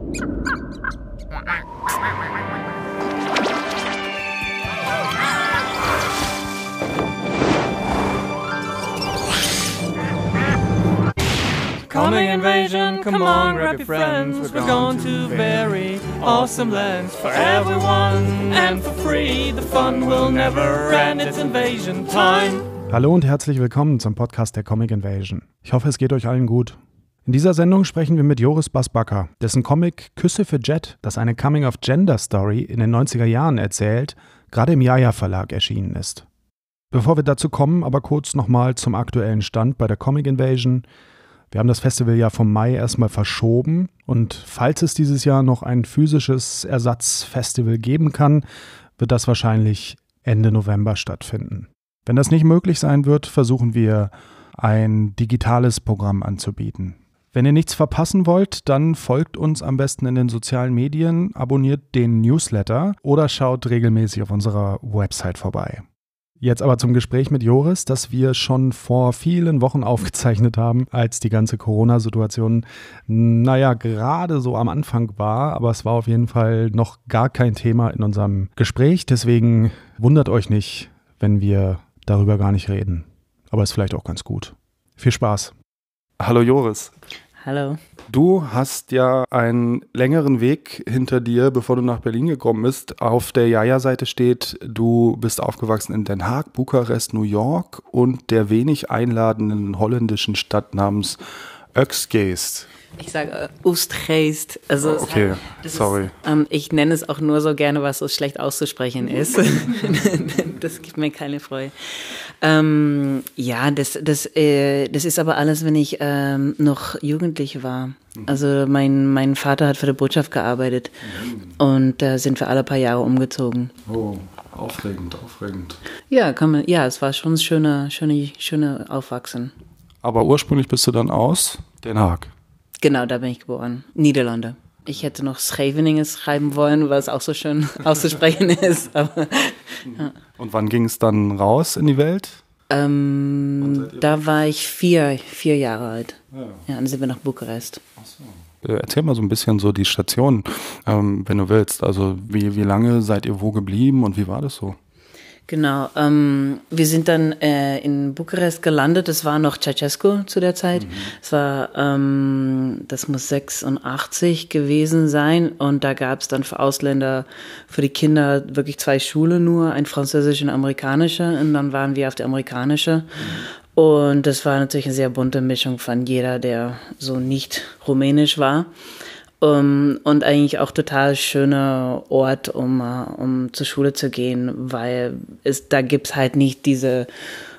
Coming invasion, come on, grab your friends. We're going to very awesome lands for everyone and for free. The fun will never end, it's invasion time. Hallo und herzlich willkommen zum Podcast der Comic Invasion. Ich hoffe, es geht euch allen gut. In dieser Sendung sprechen wir mit Joris Basbakker, dessen Comic Küsse für Jet, das eine Coming-of-Gender-Story in den 90er Jahren erzählt, gerade im Jaja Verlag erschienen ist. Bevor wir dazu kommen, aber kurz nochmal zum aktuellen Stand bei der Comic Invasion. Wir haben das Festival ja vom Mai erstmal verschoben und falls es dieses Jahr noch ein physisches Ersatzfestival geben kann, wird das wahrscheinlich Ende November stattfinden. Wenn das nicht möglich sein wird, versuchen wir ein digitales Programm anzubieten. Wenn ihr nichts verpassen wollt, dann folgt uns am besten in den sozialen Medien, abonniert den Newsletter oder schaut regelmäßig auf unserer Website vorbei. Jetzt aber zum Gespräch mit Joris, das wir schon vor vielen Wochen aufgezeichnet haben, als die ganze Corona-Situation, gerade so am Anfang war, aber es war auf jeden Fall noch gar kein Thema in unserem Gespräch, deswegen wundert euch nicht, wenn wir darüber gar nicht reden. Aber ist vielleicht auch ganz gut. Viel Spaß. Hallo Joris. Hallo. Du hast ja einen längeren Weg hinter dir, bevor du nach Berlin gekommen bist. Auf der Jaja-Seite steht, du bist aufgewachsen in Den Haag, Bukarest, New York und der wenig einladenden holländischen Stadt namens Utrecht. Ich sage Utrecht. Also okay, sorry. Ich nenne es auch nur so gerne, was so schlecht auszusprechen ist. Das gibt mir keine Freude. Das ist aber alles, wenn ich noch jugendlich war. Also mein Vater hat für die Botschaft gearbeitet und da sind wir alle paar Jahre umgezogen. Oh, aufregend. Ja, es war schon schöne Aufwachsen. Aber ursprünglich bist du dann aus Den Haag. Genau, da bin ich geboren. Niederlande. Ich hätte noch Scheveningen schreiben wollen, was auch so schön auszusprechen ist. Aber, ja. Und wann ging es dann raus in die Welt? Da war ich vier Jahre alt. Ja, dann sind wir nach Bukarest. Ach so. Erzähl mal so ein bisschen so die Station, wenn du willst. Also wie lange seid ihr wo geblieben und wie war das so? Genau, wir sind dann in Bukarest gelandet, das war noch Ceausescu zu der Zeit, es war, das muss 86 gewesen sein und da gab es dann für Ausländer, für die Kinder wirklich 2 Schulen nur, ein französische und eine amerikanische und dann waren wir auf der amerikanische und das war natürlich eine sehr bunte Mischung von jeder, der so nicht rumänisch war. Und eigentlich auch total schöner Ort, um zur Schule zu gehen, weil da gibt's halt nicht diese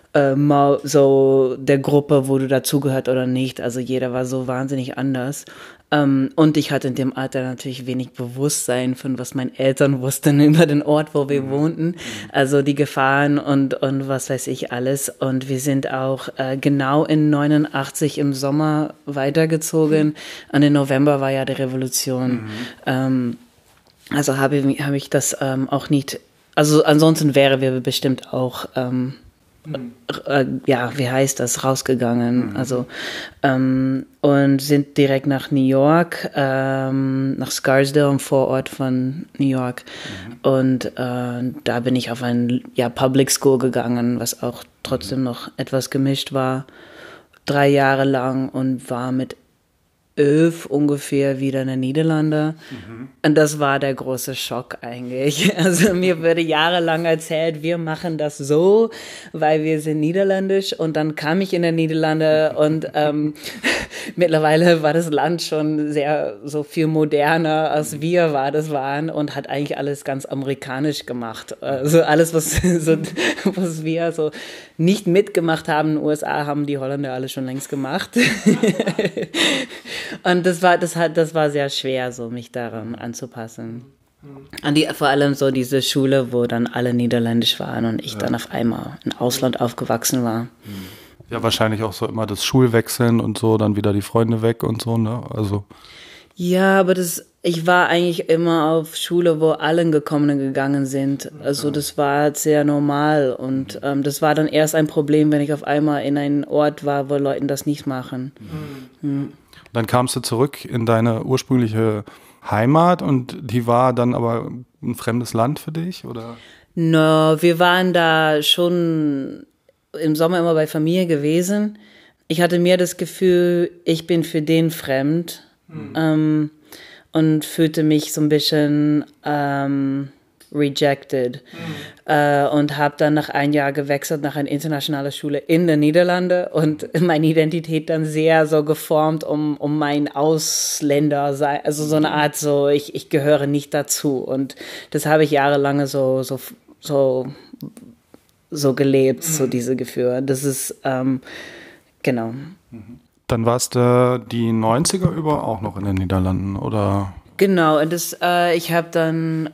so der Gruppe, wo du dazugehört oder nicht. Also jeder war so wahnsinnig anders. Und ich hatte in dem Alter natürlich wenig Bewusstsein von was meine Eltern wussten über den Ort, wo wir wohnten. Also die Gefahren und was weiß ich alles. Und wir sind auch genau in 89 im Sommer weitergezogen. Und im November war ja die Revolution. Also habe ich das auch nicht. Also ansonsten wären wir bestimmt auch wie heißt das, rausgegangen. Also und sind direkt nach New York, nach Scarsdale, im Vorort von New York. Und da bin ich auf ein Public School gegangen, was auch trotzdem noch etwas gemischt war. 3 Jahre lang und war mit 11 ungefähr wieder in den Niederlanden. Und das war der große Schock eigentlich. Also mir wurde jahrelang erzählt, wir machen das so, weil wir sind niederländisch. Und dann kam ich in den Niederlande und mittlerweile war das Land schon sehr so viel moderner, als wir waren und hat eigentlich alles ganz amerikanisch gemacht. Also alles, was wir so nicht mitgemacht haben in den USA, haben die Holländer alle schon längst gemacht. Und das war sehr schwer, so mich daran anzupassen. Und vor allem so diese Schule, wo dann alle niederländisch waren und ich dann auf einmal im Ausland aufgewachsen war. Ja, wahrscheinlich auch so immer das Schulwechseln und so, dann wieder die Freunde weg und so, ne? Also. Ja, aber Ich war eigentlich immer auf Schule, wo alle Gekommenen gegangen sind. Also das war sehr normal und das war dann erst ein Problem, wenn ich auf einmal in einem Ort war, wo Leute das nicht machen. Dann kamst du zurück in deine ursprüngliche Heimat und die war dann aber ein fremdes Land für dich, oder? No, wir waren da schon im Sommer immer bei Familie gewesen. Ich hatte mir das Gefühl, ich bin für den fremd. Und fühlte mich so ein bisschen rejected und habe dann nach einem Jahr gewechselt nach einer internationalen Schule in den Niederlanden und meine Identität dann sehr so geformt um mein Ausländer sein, also so eine Art so ich gehöre nicht dazu und das habe ich jahrelang so gelebt, so diese Gefühle. Das ist genau. Dann warst du die 90er über auch noch in den Niederlanden, oder? Genau, und ich habe dann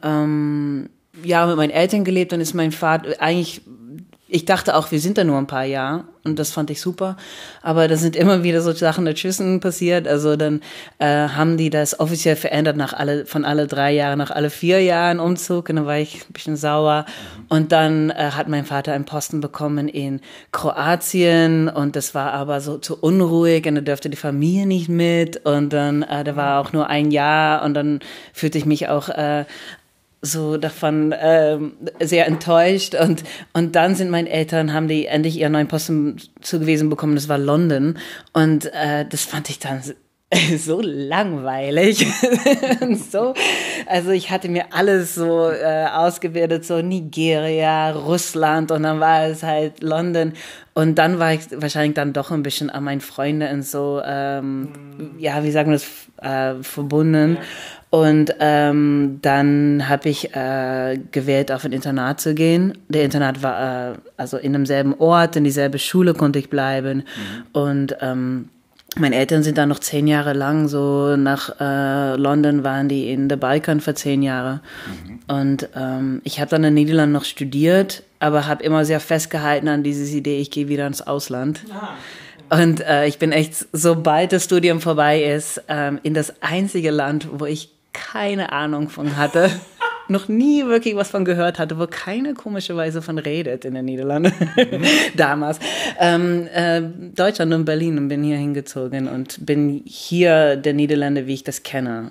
mit meinen Eltern gelebt, dann ist mein Vater eigentlich, ich dachte auch, wir sind da nur ein paar Jahre und das fand ich super, aber da sind immer wieder so Sachen dazwischen passiert, also dann haben die das offiziell verändert von alle 3 Jahren nach alle 4 Jahren Umzug und dann war ich ein bisschen sauer und dann hat mein Vater einen Posten bekommen in Kroatien und das war aber so zu unruhig und da dürfte die Familie nicht mit und dann da war auch nur 1 Jahr und dann fühlte ich mich auch so davon sehr enttäuscht und dann sind meine Eltern, haben die endlich ihren neuen Posten zugewiesen bekommen, das war London und das fand ich dann so langweilig. So, also ich hatte mir alles so ausgewertet, so Nigeria, Russland und dann war es halt London und dann war ich wahrscheinlich dann doch ein bisschen an meinen Freunden und so, wie sagen wir das, verbunden. Und dann habe ich gewählt, auf ein Internat zu gehen. Der Internat war also in demselben Ort, in dieselbe Schule konnte ich bleiben. Und meine Eltern sind dann noch 10 Jahre lang so nach London, waren die in der Balkan für 10 Jahre. Und ich habe dann in den Niederlanden noch studiert, aber habe immer sehr festgehalten an diese Idee, ich gehe wieder ins Ausland. Und ich bin echt, sobald das Studium vorbei ist, in das einzige Land, wo ich keine Ahnung von hatte, noch nie wirklich was von gehört hatte, wo keiner komischerweise von redet in den Niederlanden, damals. Deutschland und Berlin und bin hier hingezogen und bin hier der Niederländer, wie ich das kenne.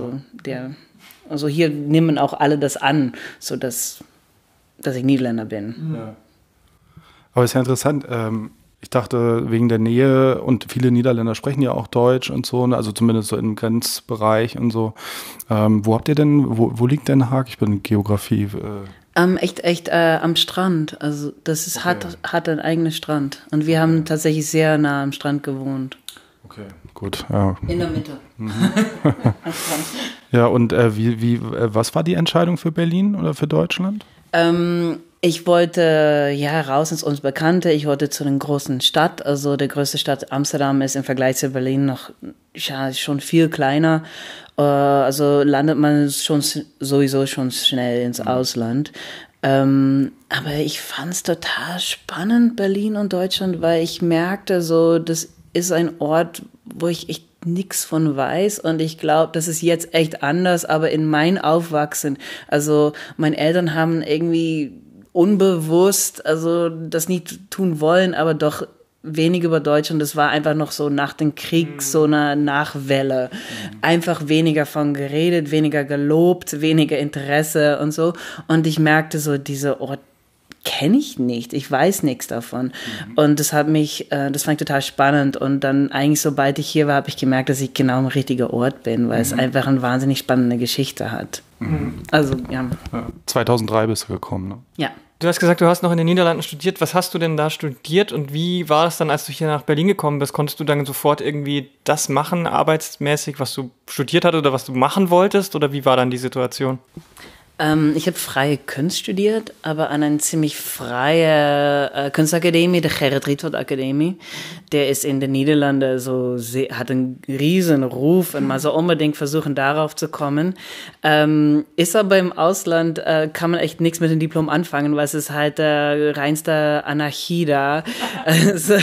Also hier nehmen auch alle das an, so dass ich Niederländer bin. Ja. Aber es ist ja interessant, ich dachte, wegen der Nähe und viele Niederländer sprechen ja auch Deutsch und so, also zumindest so im Grenzbereich und so. Wo habt ihr denn, wo liegt Den Haag? Ich bin in Geografie. Echt am Strand. Also das ist, okay. hat einen eigenen Strand. Und wir haben tatsächlich sehr nah am Strand gewohnt. Okay, gut. Ja. In der Mitte. Ja, und was war die Entscheidung für Berlin oder für Deutschland? Ich wollte raus ins Unbekannte. Ich wollte zu einer großen Stadt. Also die größte Stadt Amsterdam ist im Vergleich zu Berlin noch schon viel kleiner. Also landet man sowieso schon schnell ins Ausland. Aber ich fand es total spannend, Berlin und Deutschland, weil ich merkte so, das ist ein Ort, wo ich echt nichts von weiß und ich glaube, das ist jetzt echt anders, aber in mein Aufwachsen, also meine Eltern haben irgendwie unbewusst, also das nicht tun wollen, aber doch wenig über Deutschland. Das war einfach noch so nach dem Krieg so eine Nachwelle. Einfach weniger von geredet, weniger gelobt, weniger Interesse und so. Und ich merkte so, dieser Ort kenne ich nicht. Ich weiß nichts davon. Und das fand ich total spannend. Und dann eigentlich, sobald ich hier war, habe ich gemerkt, dass ich genau am richtigen Ort bin, weil es einfach eine wahnsinnig spannende Geschichte hat. Also, ja. 2003 bist du gekommen, ne? Ja. Du hast gesagt, du hast noch in den Niederlanden studiert. Was hast du denn da studiert und wie war es dann, als du hier nach Berlin gekommen bist? Konntest du dann sofort irgendwie das machen, arbeitsmäßig, was du studiert hattest oder was du machen wolltest? Oder wie war dann die Situation? Ich habe freie Kunst studiert, aber an einer ziemlich freie Kunstakademie, der Gerrit Rietveld Akademie. Der ist in den Niederlanden hat einen riesen Ruf und mal so unbedingt versuchen, darauf zu kommen. Ist aber im Ausland, kann man echt nichts mit dem Diplom anfangen, weil es ist halt reinste Anarchie da. Also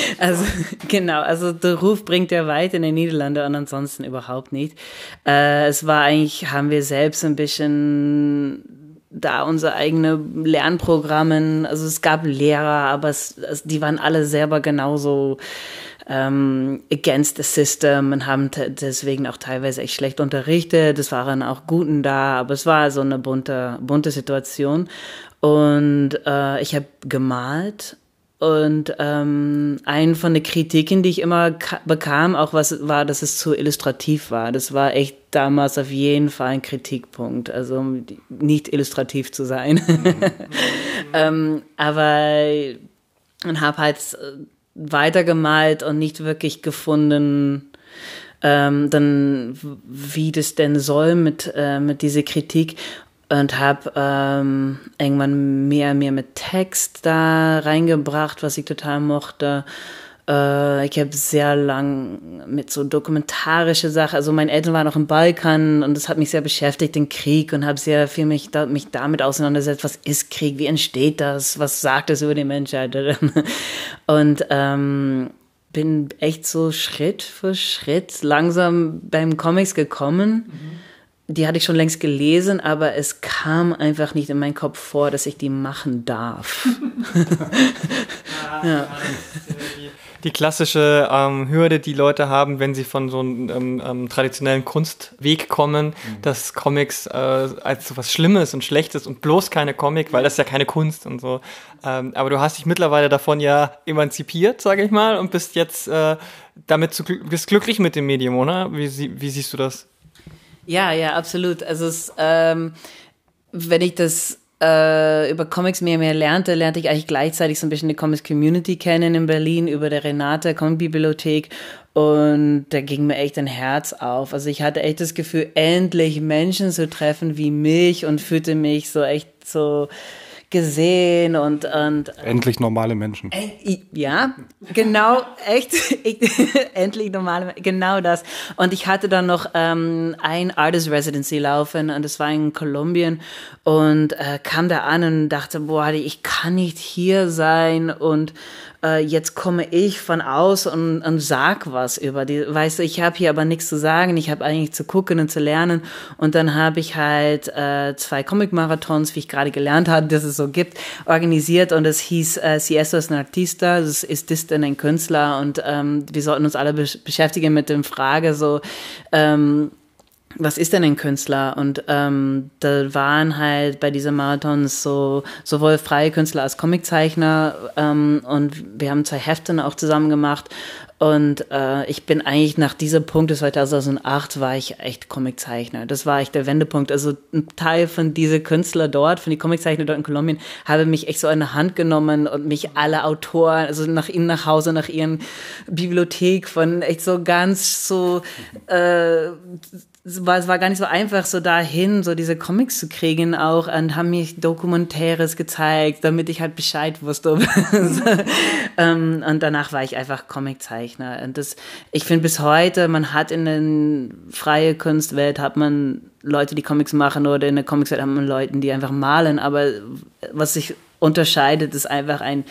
der Ruf bringt er weit in den Niederlanden und ansonsten überhaupt nicht. Es war eigentlich, haben wir selbst ein bisschen da unsere eigene Lernprogramme, also es gab Lehrer, aber die waren alle selber genauso against the system und haben deswegen auch teilweise echt schlecht unterrichtet. Es waren auch Guten da, aber es war so eine bunte Situation. Und ich habe gemalt. Und eine von den Kritiken, die ich immer bekam, auch war, dass es zu illustrativ war. Das war echt damals auf jeden Fall ein Kritikpunkt, also nicht illustrativ zu sein. Aber ich habe halt weitergemalt und nicht wirklich gefunden, dann wie das denn soll mit dieser Kritik. Und habe irgendwann mehr mit Text da reingebracht, was ich total mochte. Ich habe sehr lang mit so dokumentarische Sachen, also meine Eltern waren auch im Balkan und das hat mich sehr beschäftigt, den Krieg, und habe sehr viel mich damit auseinandergesetzt, was ist Krieg, wie entsteht das, was sagt es über die Menschheit. Und bin echt so Schritt für Schritt langsam beim Comics gekommen. Die hatte ich schon längst gelesen, aber es kam einfach nicht in meinen Kopf vor, dass ich die machen darf. Ja. Die klassische Hürde, die Leute haben, wenn sie von so einem traditionellen Kunstweg kommen, dass Comics als so was Schlimmes und Schlechtes und bloß keine Comic, weil das ist ja keine Kunst und so. Aber du hast dich mittlerweile davon ja emanzipiert, sage ich mal, und bist jetzt bist glücklich mit dem Medium, oder? Wie siehst du das? Ja, absolut. Also wenn ich das über Comics mehr lernte ich eigentlich gleichzeitig so ein bisschen die Comics-Community kennen in Berlin, über der Renate Comic-Bibliothek, und da ging mir echt ein Herz auf. Also ich hatte echt das Gefühl, endlich Menschen zu treffen wie mich, und fühlte mich so echt so gesehen und endlich normale Menschen. Ja, genau, echt, endlich normale, genau das. Und ich hatte dann noch ein Artist Residency laufen, und das war in Kolumbien, und kam da an und dachte, boah, ich kann nicht hier sein, und jetzt komme ich von aus und sag was über die, weißt du, ich habe hier aber nichts zu sagen, ich habe eigentlich zu gucken und zu lernen, und dann habe ich halt 2 Comic-Marathons, wie ich gerade gelernt habe, dass es so gibt, organisiert, und es hieß Si esto es un artista, ist das denn ein Künstler, und wir sollten uns alle beschäftigen mit der Frage so, was ist denn ein Künstler? Und da waren halt bei diesen Marathons sowohl freie Künstler als Comiczeichner, und wir haben 2 Heften auch zusammen gemacht. Und ich bin eigentlich nach diesem Punkt, 2008, war ich echt Comiczeichner. Das war echt der Wendepunkt. Also ein Teil von diesen Künstler dort, von den Comiczeichner dort in Kolumbien, habe mich echt so an die Hand genommen und mich alle Autoren, also nach ihnen nach Hause, nach ihren Bibliothek, von echt so ganz so es war gar nicht so einfach, so dahin, so diese Comics zu kriegen auch, und haben mir Dokumentäres gezeigt, damit ich halt Bescheid wusste. Und danach war ich einfach Comiczeichner. Und ich finde bis heute, man hat in der freien Kunstwelt, hat man Leute, die Comics machen, oder in der Comicswelt hat man Leute, die einfach malen, aber was sich unterscheidet, ist einfach eine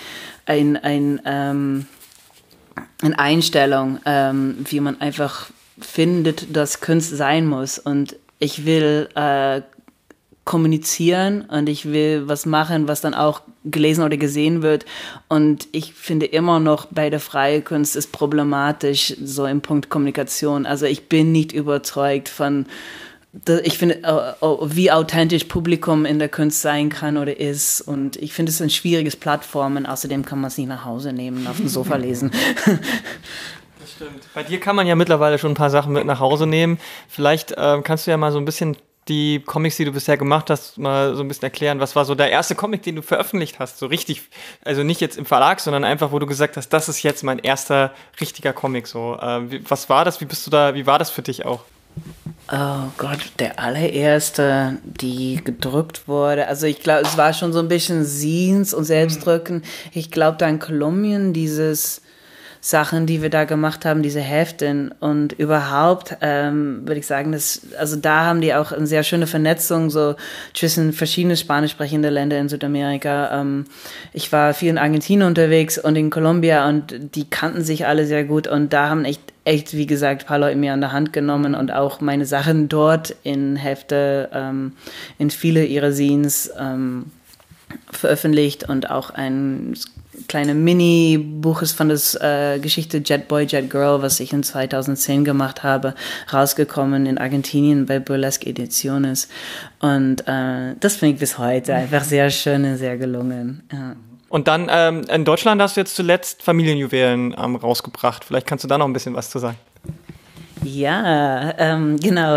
Einstellung, wie man einfach findet, dass Kunst sein muss. Und ich will kommunizieren, und ich will was machen, was dann auch gelesen oder gesehen wird. Und ich finde immer noch, bei der freien Kunst ist problematisch, so im Punkt Kommunikation. Also ich bin nicht überzeugt von, ich finde, wie authentisch Publikum in der Kunst sein kann oder ist. Und ich finde, es ist ein schwieriges Plattform, und außerdem kann man es nicht nach Hause nehmen, auf dem Sofa lesen. Das stimmt. Bei dir kann man ja mittlerweile schon ein paar Sachen mit nach Hause nehmen. Vielleicht kannst du ja mal so ein bisschen die Comics, die du bisher gemacht hast, mal so ein bisschen erklären. Was war so der erste Comic, den du veröffentlicht hast? So richtig, also nicht jetzt im Verlag, sondern einfach, wo du gesagt hast, das ist jetzt mein erster richtiger Comic. So, was war das? Wie war das für dich auch? Oh Gott, der allererste, die gedrückt wurde. Also ich glaube, es war schon so ein bisschen Scenes und Selbstdrücken. Ich glaube, da in Kolumbien dieses Sachen, die wir da gemacht haben, diese Heften und überhaupt würde ich sagen, also da haben die auch eine sehr schöne Vernetzung so zwischen verschiedenen spanisch sprechende Länder in Südamerika. Ich war viel in Argentinien unterwegs und in Kolumbia und die kannten sich alle sehr gut und da haben echt, wie gesagt, ein paar Leute mir an der Hand genommen und auch meine Sachen dort in Hefte, in viele ihrer Scenes veröffentlicht und auch ein kleine Mini-Buch ist von der Geschichte Jet Boy, Jet Girl, was ich in 2010 gemacht habe, rausgekommen in Argentinien bei Burlesque Ediciones. Und das finde ich bis heute einfach sehr schön und sehr gelungen. Ja. Und dann in Deutschland hast du jetzt zuletzt Familienjuwelen rausgebracht. Vielleicht kannst du da noch ein bisschen was zu sagen. Ja, genau.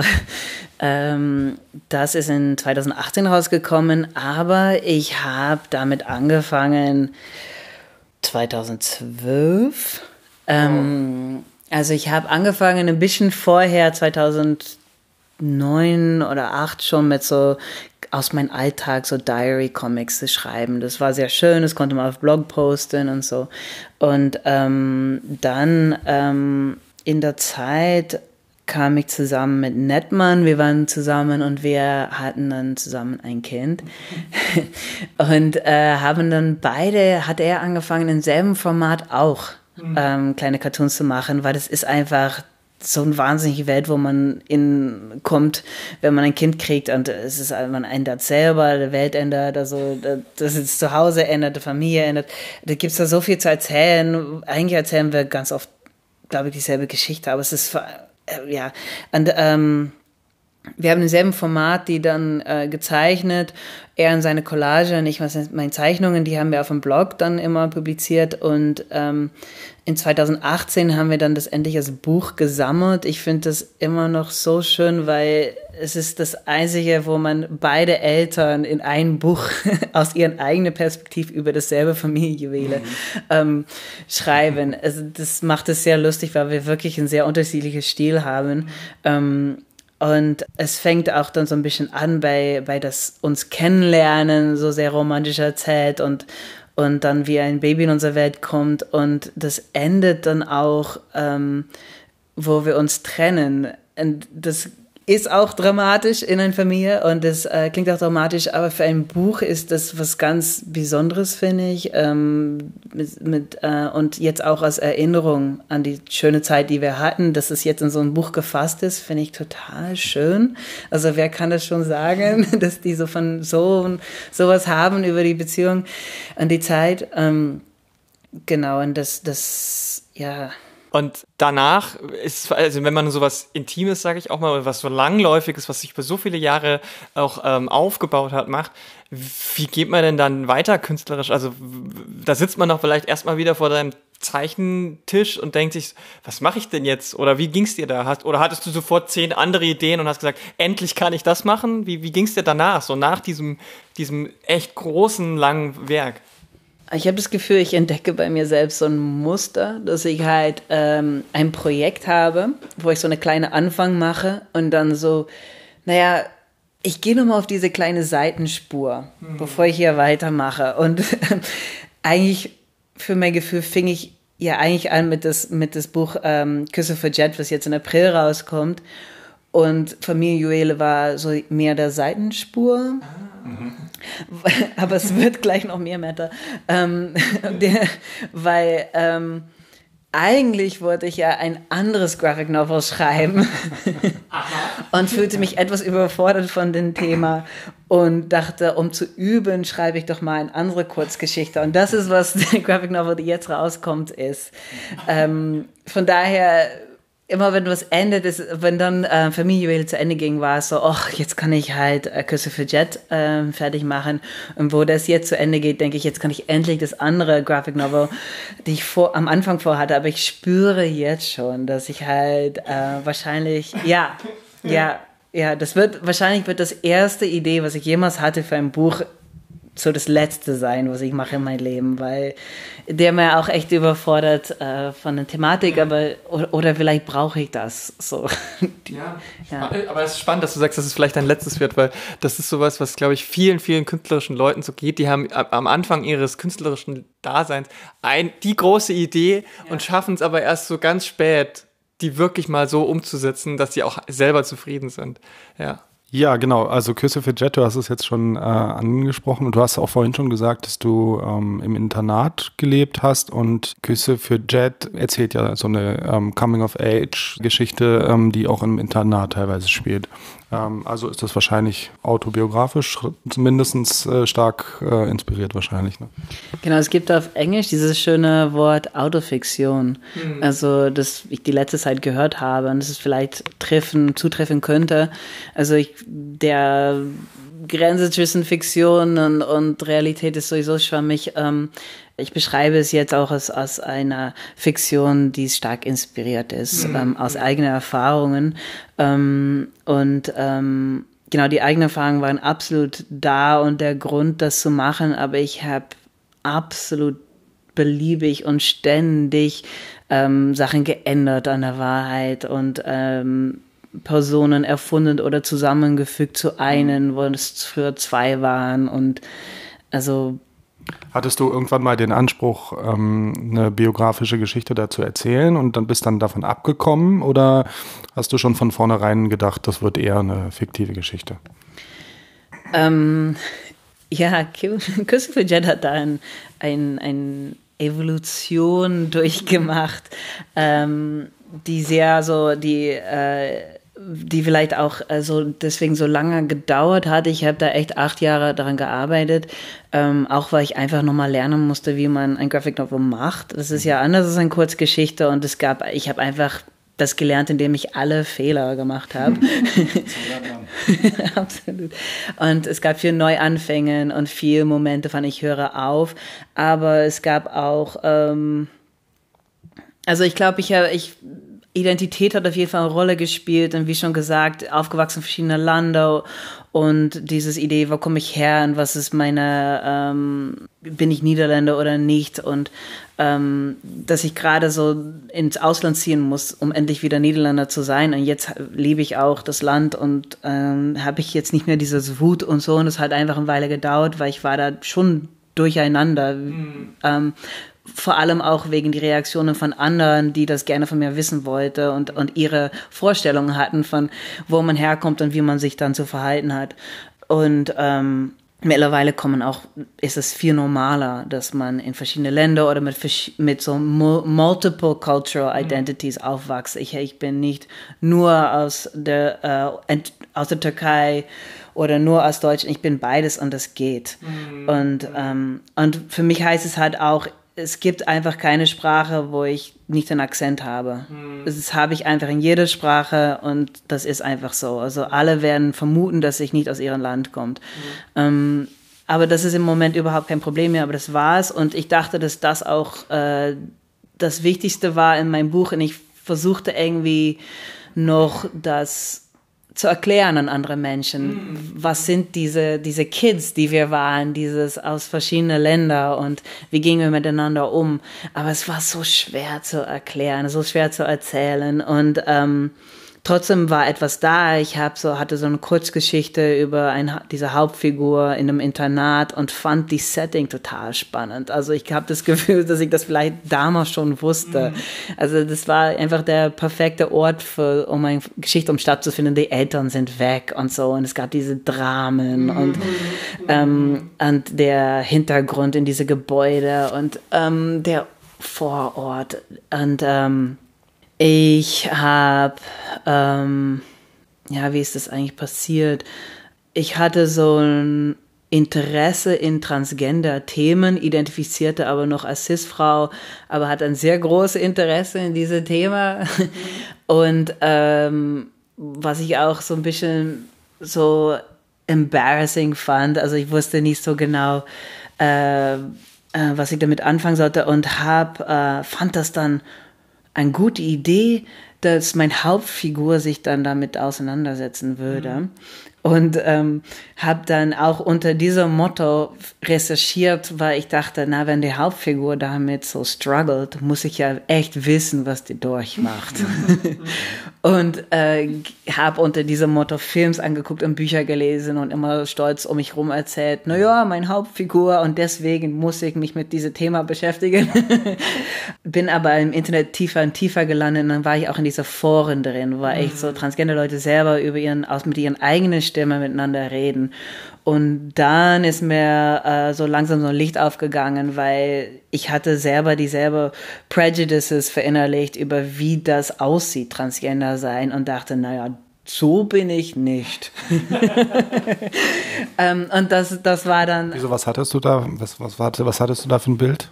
Das ist in 2018 rausgekommen, aber ich habe damit angefangen 2012. Also ich habe angefangen ein bisschen vorher, 2009 oder 2008 schon mit so aus meinem Alltag so Diary-Comics zu schreiben. Das war sehr schön, das konnte man auf Blog posten und so. Und dann in der Zeit kam ich zusammen mit Nettmann, wir waren zusammen und wir hatten dann zusammen ein Kind und haben dann hat er angefangen im selben Format auch kleine Cartoons zu machen, weil das ist einfach so eine wahnsinnige Welt, wo man kommt, wenn man ein Kind kriegt und es ist, man ändert selber, die Welt ändert, also das ist Zuhause ändert, die Familie ändert, da gibt es da so viel zu erzählen, eigentlich erzählen wir ganz oft, glaube ich, dieselbe Geschichte, aber es ist ja, und wir haben im selben Format die dann gezeichnet, er in seine Collage und ich meine Zeichnungen, die haben wir auf dem Blog dann immer publiziert und in 2018 haben wir dann das endlich als Buch gesammelt. Ich finde das immer noch so schön, weil es ist das Einzige, wo man beide Eltern in einem Buch aus ihren eigenen Perspektive über dasselbe Familienjuwele schreiben. Also das macht es sehr lustig, weil wir wirklich ein sehr unterschiedliches Stil haben. Und es fängt auch dann so ein bisschen an bei das uns kennenlernen, so sehr romantisch erzählt und dann wie ein Baby in unsere Welt kommt und das endet dann auch, wo wir uns trennen. Und das ist auch dramatisch in einer Familie und das klingt auch dramatisch, aber für ein Buch ist das was ganz Besonderes, finde ich. Und jetzt auch als Erinnerung an die schöne Zeit, die wir hatten, dass es jetzt in so ein Buch gefasst ist, finde ich total schön. Also wer kann das schon sagen, dass die so von sowas haben über die Beziehung an die Zeit. Genau, und das ja... Und danach ist, also wenn man sowas Intimes, sage ich auch mal, oder was so Langläufiges, was sich über so viele Jahre auch aufgebaut hat, macht, wie geht man denn dann weiter künstlerisch? Also da sitzt man doch vielleicht erstmal wieder vor deinem Zeichentisch und denkt sich, was mache ich denn jetzt? Oder wie ging's dir da? Oder hattest du sofort 10 andere Ideen und hast gesagt, endlich kann ich das machen? Wie ging's dir danach, so nach diesem echt großen, langen Werk? Ich habe das Gefühl, ich entdecke bei mir selbst so ein Muster, dass ich halt ein Projekt habe, wo ich so eine kleine Anfang mache und dann so, naja, ich gehe nochmal auf diese kleine Seitenspur, bevor ich hier weitermache. Und eigentlich, für mein Gefühl, fing ich ja eigentlich an mit das Buch Küsse für Jet, was jetzt in April rauskommt. Und Familienjuwele war so mehr der Seitenspur. Aber es wird gleich noch mehr Matter. Weil eigentlich wollte ich ja ein anderes Graphic Novel schreiben und fühlte mich etwas überfordert von dem Thema und dachte, um zu üben, schreibe ich doch mal eine andere Kurzgeschichte. Und das ist, was der Graphic Novel, die jetzt rauskommt, ist. Von daher... Immer wenn was endet, wenn dann Familienjuwele zu Ende ging, war es so, jetzt kann ich halt Küsse für Jet fertig machen. Und wo das jetzt zu Ende geht, denke ich, jetzt kann ich endlich das andere Graphic Novel, die ich am Anfang vorhatte. Aber ich spüre jetzt schon, dass ich halt wahrscheinlich, wahrscheinlich wird das erste Idee, was ich jemals hatte für ein Buch, so das Letzte sein, was ich mache in meinem Leben, weil der mir auch echt überfordert von der Thematik, aber oder vielleicht brauche ich das so. Ja. Aber es ist spannend, dass du sagst, dass es vielleicht dein letztes wird, weil das ist sowas, was, glaube ich, vielen, vielen künstlerischen Leuten so geht. Die haben am Anfang ihres künstlerischen Daseins die große Idee und schaffen es aber erst so ganz spät, die wirklich mal so umzusetzen, dass sie auch selber zufrieden sind. Ja. Ja, genau. Also Küsse für Jet, du hast es jetzt schon angesprochen und du hast auch vorhin schon gesagt, dass du im Internat gelebt hast und Küsse für Jet erzählt ja so eine Coming-of-Age-Geschichte, die auch im Internat teilweise spielt. Also ist das wahrscheinlich autobiografisch, zumindest stark inspiriert wahrscheinlich. Ne? Genau, es gibt auf Englisch dieses schöne Wort Autofiktion, also das ich die letzte Zeit gehört habe und das es vielleicht zutreffen könnte. Also der Grenze zwischen Fiktion und Realität ist sowieso schwammig. Ich beschreibe es jetzt auch aus einer Fiktion, die stark inspiriert ist, aus eigenen Erfahrungen. Genau, die eigenen Erfahrungen waren absolut da und der Grund, das zu machen, aber ich habe absolut beliebig und ständig Sachen geändert an der Wahrheit und Personen erfunden oder zusammengefügt zu einen, wo es früher zwei waren und also. Hattest du irgendwann mal den Anspruch, eine biografische Geschichte dazu erzählen und dann bist dann davon abgekommen oder hast du schon von vornherein gedacht, das wird eher eine fiktive Geschichte? Ja, Küsse für Jet hat da eine Evolution durchgemacht, die sehr so, die vielleicht auch deswegen so lange gedauert hat. Ich habe da echt 8 Jahre daran gearbeitet, auch weil ich einfach nochmal lernen musste, wie man ein Graphic Novel macht. Das ist ja anders als eine Kurzgeschichte und ich habe einfach das gelernt, indem ich alle Fehler gemacht habe. Absolut. Und es gab viel Neuanfänge und viele Momente von ich höre auf, aber es gab auch, also ich glaube, Identität hat auf jeden Fall eine Rolle gespielt und wie schon gesagt, aufgewachsen in verschiedenen Ländern und diese Idee, wo komme ich her und was ist bin ich Niederländer oder nicht und dass ich gerade so ins Ausland ziehen muss, um endlich wieder Niederländer zu sein und jetzt liebe ich auch das Land und habe ich jetzt nicht mehr dieses Wut und so und es hat einfach eine Weile gedauert, weil ich war da schon durcheinander, vor allem auch wegen die Reaktionen von anderen, die das gerne von mir wissen wollte und ihre Vorstellungen hatten von, wo man herkommt und wie man sich dann zu verhalten hat. Und mittlerweile ist es viel normaler, dass man in verschiedene Länder oder mit so multiple cultural identities aufwächst. Ich bin nicht nur aus der Türkei oder nur aus Deutschland, ich bin beides und das geht. Und für mich heißt es halt auch, es gibt einfach keine Sprache, wo ich nicht einen Akzent habe. Das habe ich einfach in jeder Sprache und das ist einfach so. Also alle werden vermuten, dass ich nicht aus ihrem Land komme. Aber das ist im Moment überhaupt kein Problem mehr, aber das war es. Und ich dachte, dass das auch das Wichtigste war in meinem Buch. Und ich versuchte irgendwie noch das zu erklären an andere Menschen. Was sind diese Kids, die wir waren, dieses aus verschiedenen Ländern und wie gehen wir miteinander um? Aber es war so schwer zu erklären, so schwer zu erzählen und trotzdem war etwas da. Ich hatte so eine Kurzgeschichte über diese Hauptfigur in einem Internat und fand die Setting total spannend. Also ich habe das Gefühl, dass ich das vielleicht damals schon wusste. Also das war einfach der perfekte Ort um eine Geschichte stattzufinden. Die Eltern sind weg und so und es gab diese Dramen und der Hintergrund in diese Gebäude und der Vorort und ich habe, wie ist das eigentlich passiert? Ich hatte so ein Interesse in Transgender-Themen, identifizierte aber noch als Cis-Frau, aber hatte ein sehr großes Interesse in dieses Thema. Und was ich auch so ein bisschen so embarrassing fand, also ich wusste nicht so genau, was ich damit anfangen sollte und fand das dann eine gute Idee, dass meine Hauptfigur sich dann damit auseinandersetzen würde. Und habe dann auch unter diesem Motto recherchiert, weil ich dachte, na, wenn die Hauptfigur damit so struggelt, muss ich ja echt wissen, was die durchmacht. Und habe unter diesem Motto Films angeguckt und Bücher gelesen und immer stolz um mich rum erzählt, na ja, meine Hauptfigur und deswegen muss ich mich mit diesem Thema beschäftigen. Bin aber im Internet tiefer und tiefer gelandet und dann war ich auch in dieser Foren drin, wo echt so Transgender-Leute selber mit ihren eigenen Stimme miteinander reden. Und dann ist mir so langsam so ein Licht aufgegangen, weil ich hatte selber dieselbe Prejudices verinnerlicht über wie das aussieht, Transgender sein und dachte, naja, so bin ich nicht. Und das war dann... Wieso, was hattest du da? Was hattest du da für ein Bild?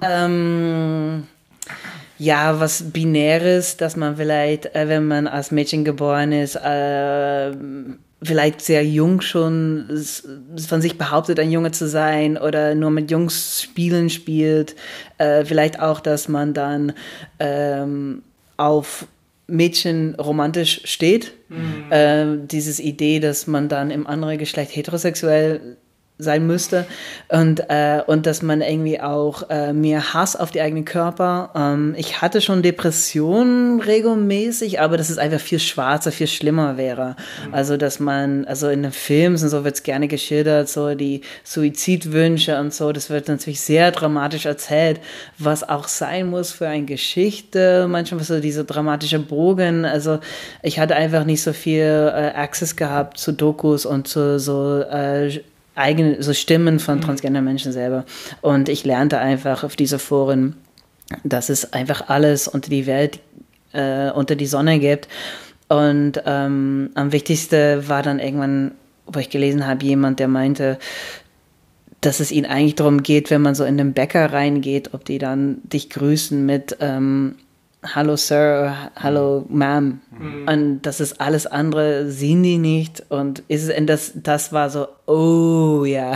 Ja, was Binäres, dass man vielleicht, wenn man als Mädchen geboren ist, vielleicht sehr jung schon von sich behauptet, ein Junge zu sein oder nur mit Jungs spielt. Vielleicht auch, dass man dann auf Mädchen romantisch steht. Dieses Idee, dass man dann im anderen Geschlecht heterosexuell sein müsste und dass man irgendwie auch mehr Hass auf die eigenen Körper. Ich hatte schon Depressionen regelmäßig, aber dass es einfach viel schwarzer, viel schlimmer wäre. Also dass man, also in den Filmen und so wird es gerne geschildert, so die Suizidwünsche und so, das wird natürlich sehr dramatisch erzählt, was auch sein muss für eine Geschichte, manchmal so diese dramatische Bogen. Also ich hatte einfach nicht so viel Access gehabt zu Dokus und zu so eigene so Stimmen von Transgender-Menschen selber. Und ich lernte einfach auf diese Foren, dass es einfach alles unter die Welt, unter die Sonne gibt. Und am wichtigsten war dann irgendwann, wo ich gelesen habe, jemand, der meinte, dass es ihnen eigentlich darum geht, wenn man so in den Bäcker reingeht, ob die dann dich grüßen mit Hallo Sir, Hallo Ma'am. Und das ist alles andere, sehen die nicht. Und das war so, oh ja.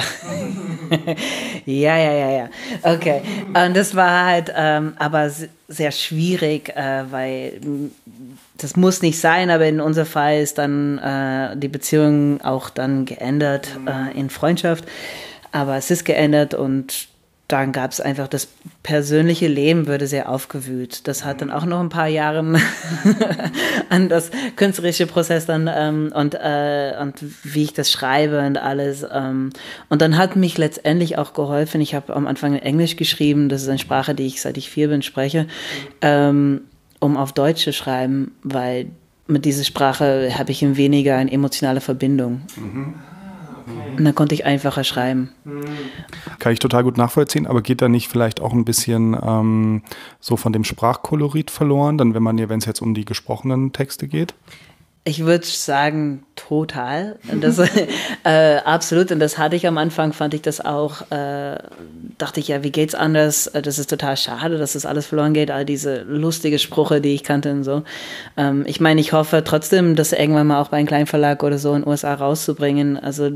Ja. Okay. Und das war halt aber sehr schwierig, weil das muss nicht sein, aber in unserem Fall ist dann die Beziehung auch dann geändert in Freundschaft. Aber es ist geändert und dann gab es einfach, das persönliche Leben wurde sehr aufgewühlt. Das hat dann auch noch ein paar Jahre an das künstlerische Prozess dann und wie ich das schreibe und alles. Und dann hat mich letztendlich auch geholfen, ich habe am Anfang in Englisch geschrieben, das ist eine Sprache, die ich seit ich 4 bin spreche, um auf Deutsch zu schreiben, weil mit dieser Sprache habe ich weniger eine emotionale Verbindung. Und dann konnte ich einfacher schreiben. Kann ich total gut nachvollziehen, aber geht da nicht vielleicht auch ein bisschen so von dem Sprachkolorit verloren, dann wenn es jetzt um die gesprochenen Texte geht? Ich würde sagen, total. Und das, absolut. Und das hatte ich am Anfang, fand ich das auch, dachte ich, ja, wie geht's anders? Das ist total schade, dass das alles verloren geht, all diese lustige Sprüche, die ich kannte und so. Ich meine, ich hoffe trotzdem, das irgendwann mal auch bei einem Kleinverlag oder so in den USA rauszubringen. Also,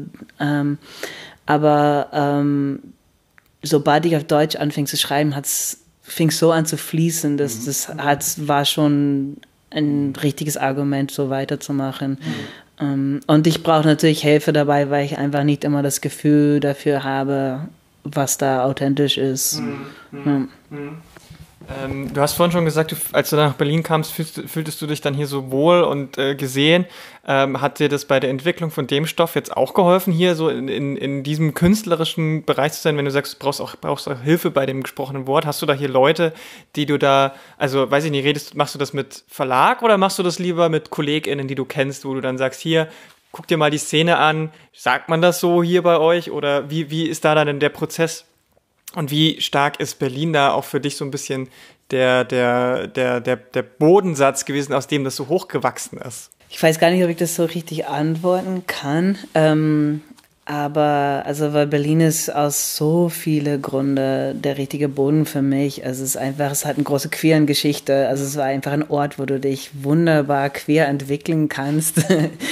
aber sobald ich auf Deutsch anfing zu schreiben, fing es so an zu fließen. War schon ein richtiges Argument, so weiterzumachen. Und ich brauche natürlich Hilfe dabei, weil ich einfach nicht immer das Gefühl dafür habe, was da authentisch ist. Du hast vorhin schon gesagt, als du nach Berlin kamst, fühltest du dich dann hier so wohl und gesehen. Hat dir das bei der Entwicklung von dem Stoff jetzt auch geholfen, hier so in diesem künstlerischen Bereich zu sein, wenn du sagst, du brauchst auch Hilfe bei dem gesprochenen Wort? Hast du da hier Leute, die du da, also weiß ich nicht, machst du das mit Verlag oder machst du das lieber mit KollegInnen, die du kennst, wo du dann sagst, hier, guck dir mal die Szene an, sagt man das so hier bei euch oder wie ist da dann der Prozess? Und wie stark ist Berlin da auch für dich so ein bisschen der Bodensatz gewesen, aus dem das so hochgewachsen ist? Ich weiß gar nicht, ob ich das so richtig antworten kann. Aber weil Berlin ist aus so vielen Gründen der richtige Boden für mich. Also es hat eine große queeren Geschichte. Also es war einfach ein Ort, wo du dich wunderbar queer entwickeln kannst.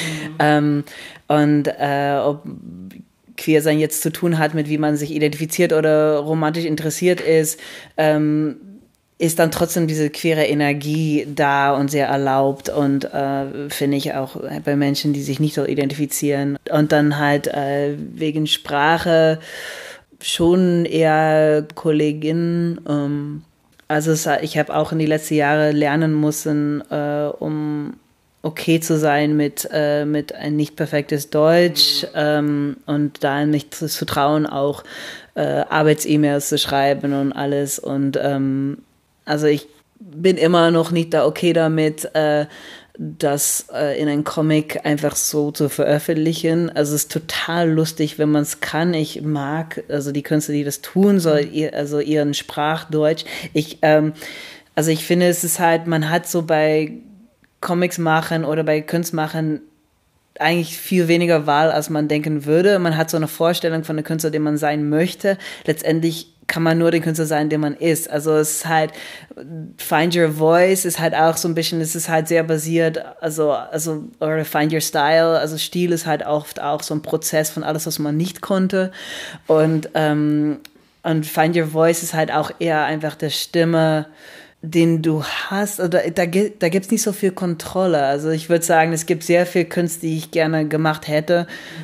Ob Queersein jetzt zu tun hat mit, wie man sich identifiziert oder romantisch interessiert ist, ist dann trotzdem diese queere Energie da und sehr erlaubt und finde ich auch bei Menschen, die sich nicht so identifizieren. Und dann halt wegen Sprache schon eher Kolleginnen. Ich habe auch in die letzten Jahre lernen müssen, um okay zu sein mit ein nicht perfektes Deutsch und da nicht zu trauen, auch Arbeits-E-Mails zu schreiben und alles. Und also ich bin immer noch nicht da okay damit, das in einen Comic einfach so zu veröffentlichen. Also es ist total lustig, wenn man es kann. Ich mag also die Künstler, die das tun, also ihren Sprachdeutsch. Ich finde, es ist halt, man hat so bei Comics machen oder bei Kunst machen eigentlich viel weniger Wahl, als man denken würde. Man hat so eine Vorstellung von dem Künstler, den man sein möchte. Letztendlich kann man nur den Künstler sein, den man ist. Also es ist halt, Find Your Voice ist halt auch so ein bisschen, es ist halt sehr basiert, oder Find Your Style, also Stil ist halt oft auch so ein Prozess von alles, was man nicht konnte. Und Find Your Voice ist halt auch eher einfach der Stimme, den du hast, oder da gibt's nicht so viel Kontrolle. Also ich würde sagen, es gibt sehr viel Kunst, die ich gerne gemacht hätte.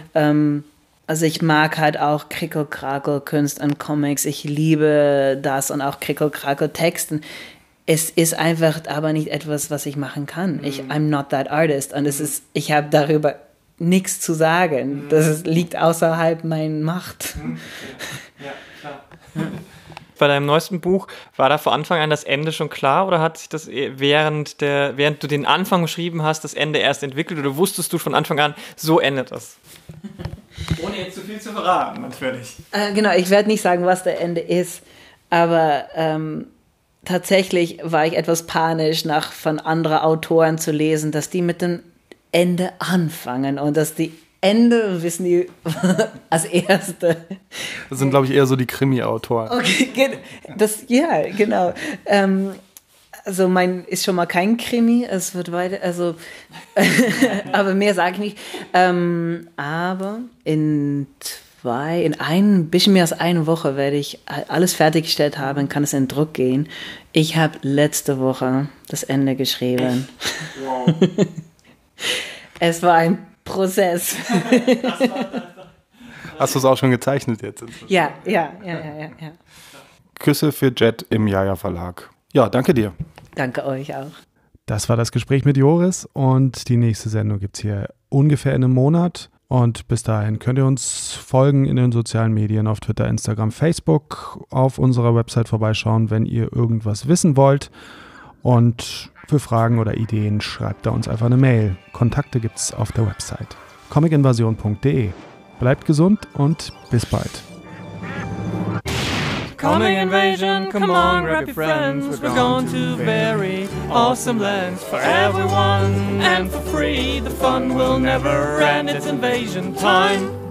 Also ich mag halt auch Krickel-Krackel-Kunst und Comics. Ich liebe das und auch Krickel-Krackel-Texten. Es ist einfach aber nicht etwas, was ich machen kann. I'm not that artist. Und ich habe darüber nichts zu sagen. Das liegt außerhalb meiner Macht. Ja, klar. Bei deinem neuesten Buch, war da von Anfang an das Ende schon klar oder hat sich das während du den Anfang geschrieben hast, das Ende erst entwickelt oder wusstest du von Anfang an, so endet das? Ohne jetzt zu viel zu verraten, natürlich. Genau, ich werde nicht sagen, was der Ende ist, aber tatsächlich war ich etwas panisch, von anderen Autoren zu lesen, dass die mit dem Ende anfangen und dass die Ende wissen die als Erste. Das sind, glaube ich, eher so die Krimi-Autoren. Okay, genau. Also ist schon mal kein Krimi, es wird weiter, also aber mehr sage ich nicht. Aber in ein bisschen mehr als eine Woche werde ich alles fertiggestellt haben, kann es in Druck gehen. Ich habe letzte Woche das Ende geschrieben. Wow. Es war ein Prozess. Hast du es auch schon gezeichnet jetzt? Ja. Küsse für Jet im Jaja Verlag. Ja, danke dir. Danke euch auch. Das war das Gespräch mit Joris und die nächste Sendung gibt es hier ungefähr in einem Monat. Und bis dahin könnt ihr uns folgen in den sozialen Medien auf Twitter, Instagram, Facebook, auf unserer Website vorbeischauen, wenn ihr irgendwas wissen wollt. Und für Fragen oder Ideen schreibt da uns einfach eine Mail. Kontakte gibt's auf der Website comicinvasion.de. Bleibt gesund und bis bald. Comic Invasion, come on, grab your friends. We're going to very awesome lands for everyone and for free. The fun will never end. It's invasion time.